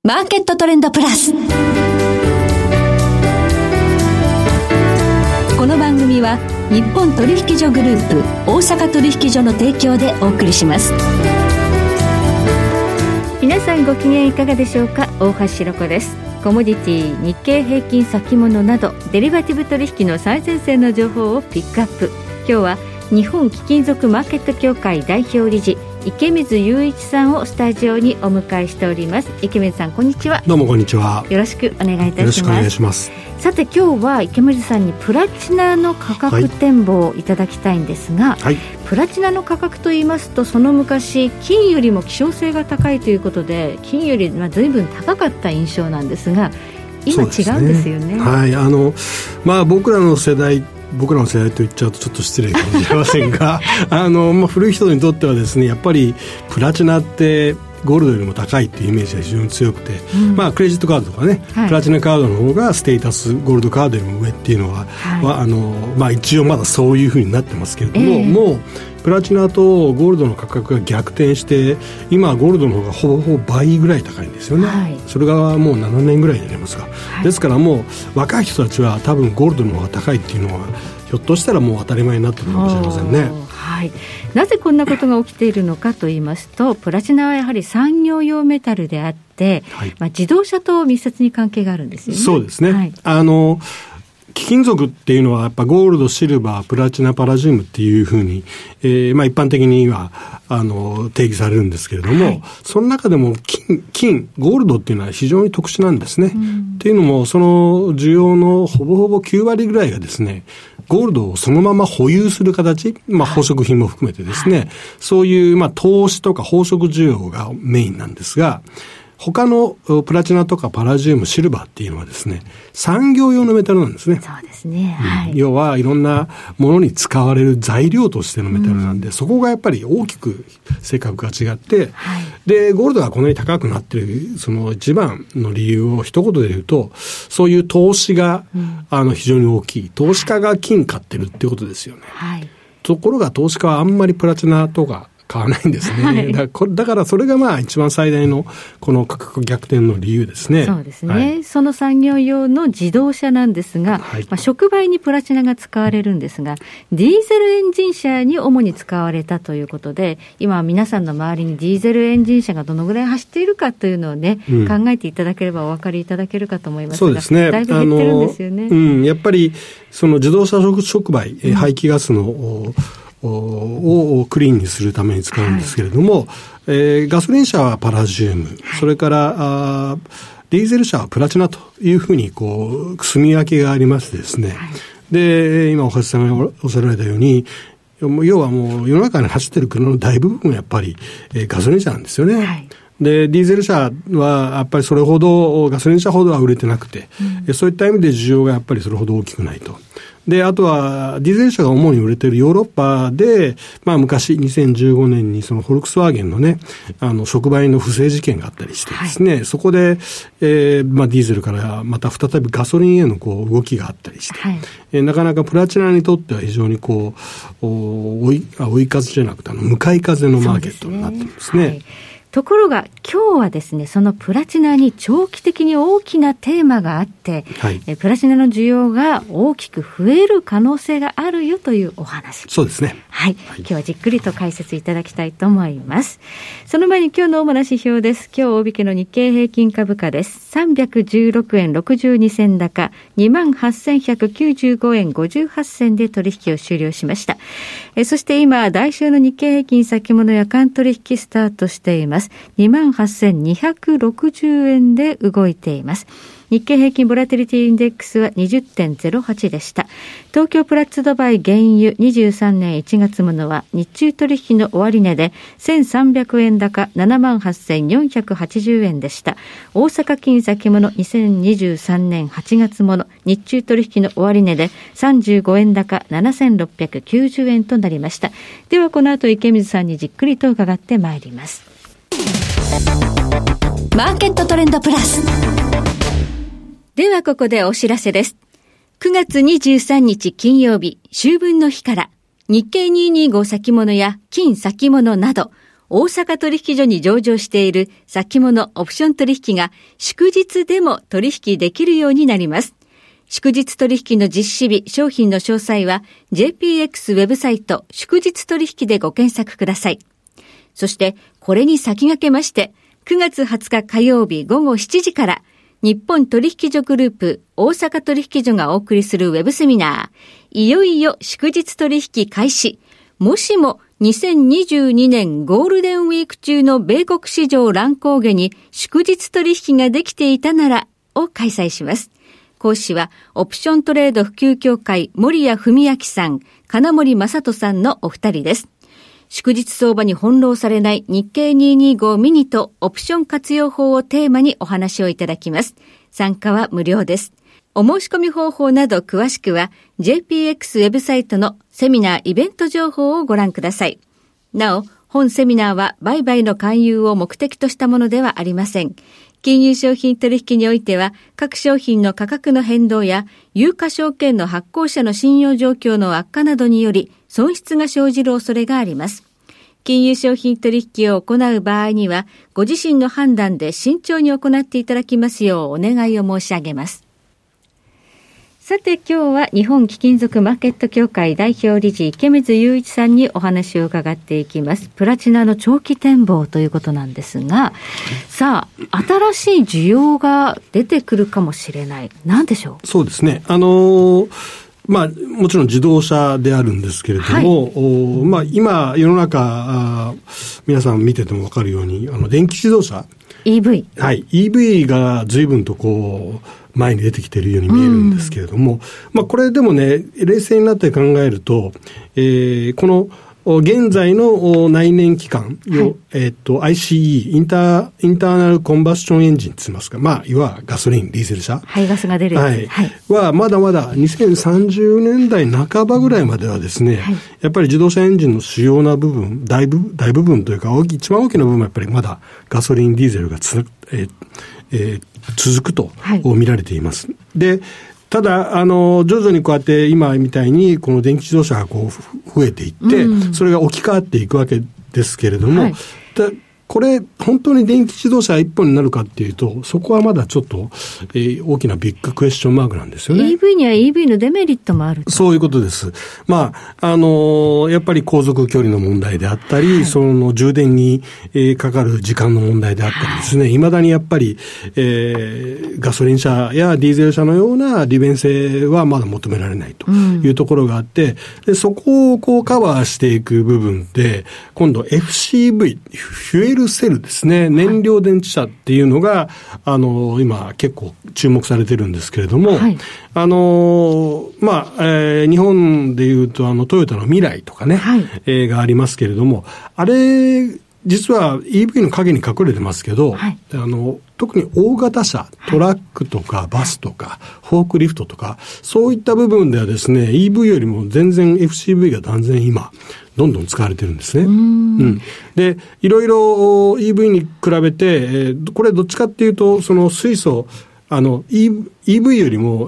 マーケットトレンドプラス。この番組は日本取引所グループ大阪取引所の提供でお送りします。 皆さんご機嫌いかがでしょうか。大橋ろ子です。コモディティ、日経平均先物などデリバティブ取引の最前線の情報をピックアップ。今日は日本貴金属マーケット協会代表理事池水雄一さんをスタジオにお迎えしております。池水さん、こんにちは。 どうもこんにちは。 よろしくお願いいたします。 よろしくお願いします。 さて、今日は池水さんにプラチナの価格展望をいただきたいんですが、はい、プラチナの価格といいますと、その昔金よりも希少性が高いということで金より随分高かった印象なんですが、今違うんですよね。 はい、僕らの世代と言っちゃうとちょっと失礼かもしれませんが古い人にとってはですね、やっぱりプラチナってゴールドよりも高いっていうイメージが非常に強くて、クレジットカードとかね、はい、プラチナカードの方がステータスゴールドカードよりも上っていうのは、一応まだそういうふうになってますけれども、もうプラチナとゴールドの価格が逆転して、今ゴールドの方がほぼほぼ倍ぐらい高いんですよね、はい、それがもう7年ぐらいになりますが、はい、ですからもう若い人たちは多分ゴールドの方が高いっていうのはひょっとしたらもう当たり前になってるかもしれませんね。 はい、なぜこんなことが起きているのかと言いますと、プラチナはやはり産業用メタルであって、はい、自動車と密接に関係があるんですよね。 そうですね、はい、貴金属っていうのはやっぱゴールド、シルバー、プラチナ、パラジウムっていうふうに、一般的には定義されるんですけれども、はい、その中でも金ゴールドっていうのは非常に特殊なんですね、っていうのもその需要のほぼほぼ9割ぐらいがですね、ゴールドをそのまま保有する形、宝飾品も含めてですね、はい、そういう投資とか宝飾需要がメインなんですが、他のプラチナとかパラジウム、シルバーっていうのはですね、産業用のメタルなんですね。 そうですね、はい、 要はいろんなものに使われる材料としてのメタルなんで、そこがやっぱり大きく性格が違って、はい、でゴールドがこんなに高くなっているその一番の理由を一言で言うと、そういう投資が、非常に大きい。投資家が金買ってるっていうことですよね、はい、ところが投資家はあんまりプラチナとか買わないんですね、はい、だからそれが一番最大のこの価格逆転の理由ですね。 そうですね、はい、その産業用の自動車なんですが、はい、触媒にプラチナが使われるんですが、ディーゼルエンジン車に主に使われたということで、今皆さんの周りにディーゼルエンジン車がどのぐらい走っているかというのをね、考えていただければお分かりいただけるかと思いますが、そうですね、だいぶ減ってるんですよね。 やっぱりその自動車触媒、排気ガスのをクリーンにするために使うんですけれども、はい、ガソリン車はパラジウム、はい、それからディーゼル車はプラチナというふうに住み分けがありましてですね、はい、で今お橋さんがおっしゃられたように、要はもう世の中に走っている車の大部分はやっぱり、ガソリン車なんですよね、はい、でディーゼル車はやっぱりそれほどガソリン車ほどは売れてなくて、そういった意味で需要がやっぱりそれほど大きくないと。であとはディーゼル車が主に売れているヨーロッパで、昔2015年にそのフォルクスワーゲンのね、触媒の不正事件があったりしてですね、はい、そこで、ディーゼルからまた再びガソリンへの動きがあったりして、はい、なかなかプラチナにとっては非常に追い風じゃなくて向かい風のマーケットになってるんですね。 ところが今日はですね、そのプラチナに長期的に大きなテーマがあって、はい、プラチナの需要が大きく増える可能性があるよというお話。 そうですね、 はいはい、今日はじっくりと解説いただきたいと思います。その前に今日の主な指標です。今日大引けの日経平均株価です。316円62銭高 28,195 円58銭で取引を終了しました。そして今来週の日経平均先物夜間取引スタートしています。28,260 円で動いています。日経平均ボラティリティインデックスは 20.08 でした。東京プラッツドバイ原油23年1月ものは日中取引の終値で1300円高 78,480 円でした。大阪金先物2023年8月もの日中取引の終値で35円高 7,690 円となりました。ではこの後池水さんにじっくりと伺ってまいります。 マーケットトレンドプラス。 ではここでお知らせです。9月23日金曜日、秋分の日から日経225先物や金先物など大阪取引所に上場している先物オプション取引が祝日でも取引できるようになります。祝日取引の実施日、商品の詳細は JPX ウェブサイト祝日取引でご検索ください。そしてこれに先駆けまして9月20日火曜日午後7時から日本取引所グループ大阪取引所がお送りするウェブセミナー、いよいよ祝日取引開始。もしも2022年ゴールデンウィーク中の米国市場乱高下に祝日取引ができていたならを開催します。講師はオプショントレード普及協会森谷文明さん、金森正人さんのお二人です。祝日相場に翻弄されない日経225ミニとオプション活用法をテーマにお話をいただきます。参加は無料です。お申し込み方法など詳しくは JPX ウェブサイトのセミナーイベント情報をご覧ください。なお、本セミナーは売買の勧誘を目的としたものではありません。金融商品取引においては各商品の価格の変動や有価証券の発行者の信用状況の悪化などにより損失が生じる恐れがあります。金融商品取引を行う場合にはご自身の判断で慎重に行っていただきますようお願いを申し上げます。さて今日は日本貴金属マーケット協会代表理事池水雄一さんにお話を伺っていきます。プラチナの長期展望ということなんですが、さあ新しい需要が出てくるかもしれない。何でしょう。 そうですね。まあ、もちろん自動車であるんですけれども、はい、まあ、今世の中皆さん見てても分かるように電気自動車 EV、 はい、EV が随分とこう前に出てきているように見えるんですけれども、まあこれでもね、冷静になって考えると、この現在の内燃機関の、ICE、インターナルコンバッションエンジンって言いますか、まあ、いわゆるガソリン、ディーゼル車。 排ガスが出るやつ。 はい。は、まだまだ2030年代半ばぐらいまではですね、やっぱり自動車エンジンの主要な部分、大部分というか、一番大きな部分はやっぱりまだガソリン、ディーゼルが続くと見られています。で、ただ徐々にこうやって今みたいにこの電気自動車がこう増えていって、それが置き換わっていくわけですけれども、これ本当に電気自動車一本になるかっていうと、そこはまだちょっと、大きなビッグクエスチョンマークなんですよね。 EV には EV のデメリットもあると。 そういうことです。まあやっぱり航続距離の問題であったり、その充電に、かかる時間の問題であったりですね、未だにやっぱり、ガソリン車やディーゼル車のような利便性はまだ求められないというところがあって、でそこをこうカバーしていく部分で、今度 FCV、フュエルセルですね、燃料電池車っていうのが今結構注目されてるんですけれども、まあ日本でいうとトヨタのミライとかね、がありますけれども、あれ実は EV の影に隠れてますけど、特に大型車、トラックとかバスとかフォークリフトとか、そういった部分ではですね、EV よりも全然 FCV が断然今どんどん使われてるんですね。で、いろいろ EV に比べて、これどっちかっていうと、その水素、EV よりも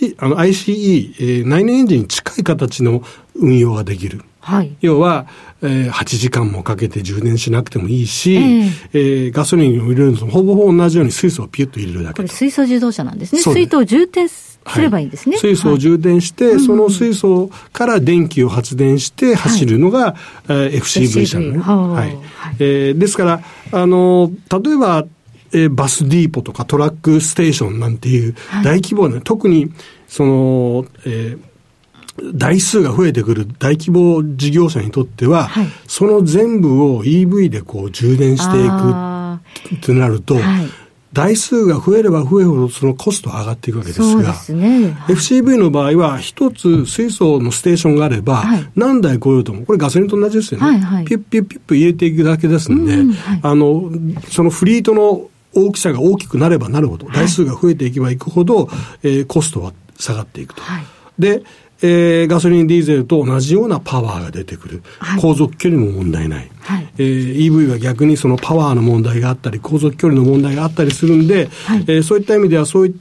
ICE、内燃エンジンに近い形の運用ができる。要は、8時間もかけて充電しなくてもいいし、ガソリンを入れるのとほぼ同じように水素をピュッと入れるだけ。 これ水素自動車なんですね。水素を充填すればいいんですね。 水素を充電して、その水素から電気を発電して走るのが、FCV 車のね。ですから、例えば、バスディーポとかトラックステーションなんていう大規模な、特にその、台数が増えてくる大規模事業者にとっては、その全部を EV でこう充電していくとなると、台数が増えれば増えるほどそのコストが上がっていくわけですが、 そうですね。 FCV の場合は一つ水素のステーションがあれば、何台来ようとも、これガソリンと同じですよね。ピュッピュッピュッピュ入れていくだけですんで、そのフリートの大きさが大きくなればなるほど、台数が増えていけばいくほど、コストは下がっていくと。で、ガソリンディーゼルと同じようなパワーが出てくる。航続距離も問題ない。EV は逆にそのパワーの問題があったり、航続距離の問題があったりするんで、そういった意味ではそういった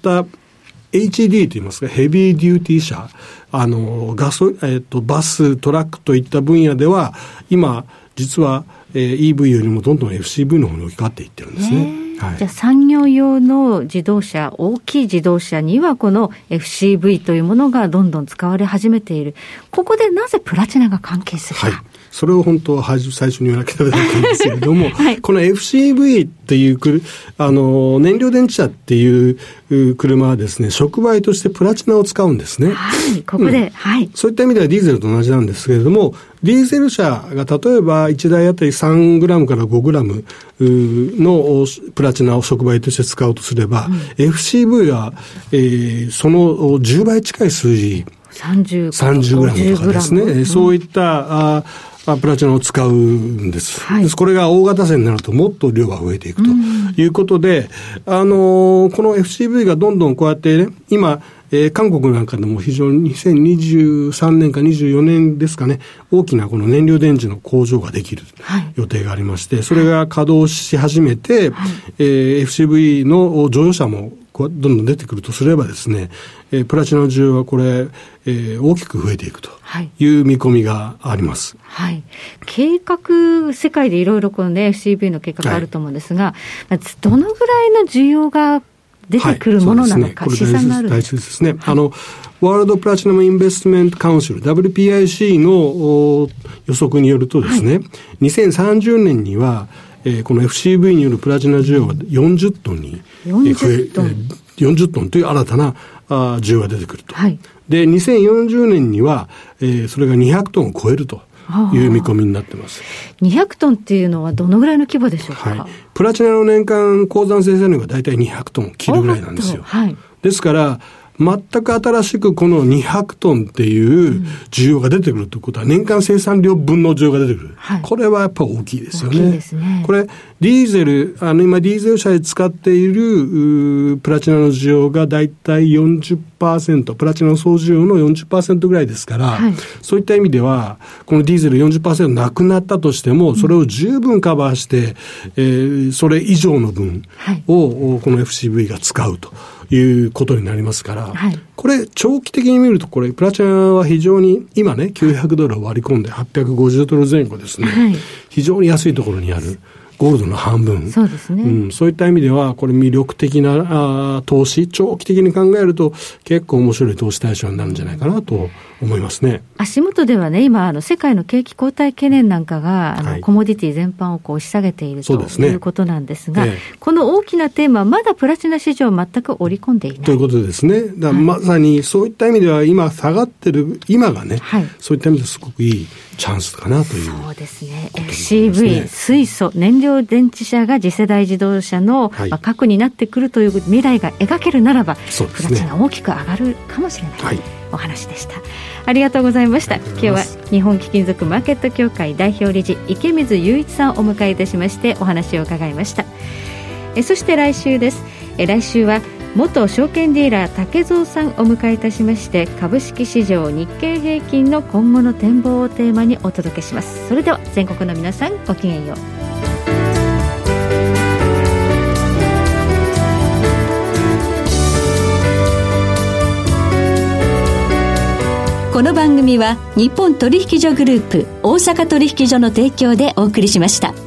HD といいますか、ヘビーデューティー車、バス、トラックといった分野では、今、 実は、EV よりもどんどん FCV の方に置き換わっていってるんですね。はい、 じゃあ産業用の自動車、大きい自動車にはこの FCV というものがどんどん使われ始めている。ここでなぜプラチナが関係するか。はい、 それを本当は最初に言わなきゃいけないんですけれども、はい、この FCV っていう燃料電池車っていう車はですね、触媒としてプラチナを使うんですね。 はい、ここで、はい。 そういった意味ではディーゼルと同じなんですけれども、ディーゼル車が例えば1台あたり3グラムから5グラムのプラチナを触媒として使うとすれば、FCV は、その10倍近い数字、30グラムとかですね、そういったプラチナを使うんです。はい、これが大型車になるともっと量が増えていくということで、この FCV がどんどんこうやってね、今、韓国なんかでも非常に2023年か24年ですかね、大きなこの燃料電池の工場ができる予定がありまして、それが稼働し始めて、はい、FCV の乗用車もどんどん出てくるとすればですね、プラチナの需要はこれ、大きく増えていくという見込みがあります。 はい。計画、世界でいろいろこのね、FCV の計画あると思うんですが、はい、どのぐらいの需要が出てくるものなのか、試算があるんですか。 大切ですね。ワールドプラチナムインベストメントカウンシル WPIC の予測によるとですね、はい、2030年にはこの FCV によるプラチナ需要が40トンに40トンという新たな需要が出てくると。はい、で、2040年には、それが200トンを超えるという見込みになっています。 200トンっていうのはどのぐらいの規模でしょうか。 はい、プラチナの年間鉱山生産量が大体200トンを切るぐらいなんですよ。はい、ですから全く新しくこの200トンっていう需要が出てくるということは年間生産量分の需要が出てくる。はい、これはやっぱ大きいですよね。 大きいですね。 これ、ディーゼル、今ディーゼル車で使っているプラチナの需要がだいたい 40%、プラチナの総需要の 40% ぐらいですから、はい、そういった意味では、このディーゼル 40% なくなったとしても、それを十分カバーして、それ以上の分をこの FCV が使うということになりますから、はい、これ長期的に見るとこれプラチナは非常に今ね900ドルを割り込んで850ドル前後ですね、はい、非常に安いところにあるゴールドの半分。 そうですね。 そういった意味ではこれ魅力的な投資、長期的に考えると結構面白い投資対象になるんじゃないかなと思いますね。 足元ではね、今世界の景気後退懸念なんかがはい、コモディティ全般を押し下げているということなんですが、この大きなテーマはまだプラチナ市場全く織り込んでいないということですね。だからまさにそういった意味では今下がってる今がね、はい、そういった意味ですごくいいチャンスかなという。 そうですね。FCV、水素、燃料電池車が次世代自動車の、はい、核になってくるという未来が描けるならば、プラチナ大きく上がるかもしれない、はい、お話でした。ありがとうございました。今日は日本貴金属マーケット協会代表理事池水雄一さんをお迎えいたしましてお話を伺いました。そして来週です。来週は元証券ディーラー竹蔵さんをお迎えいたしまして株式市場日経平均の今後の展望をテーマにお届けします。それでは全国の皆さんごきげんよう。 この番組は日本取引所グループ大阪取引所の提供でお送りしました。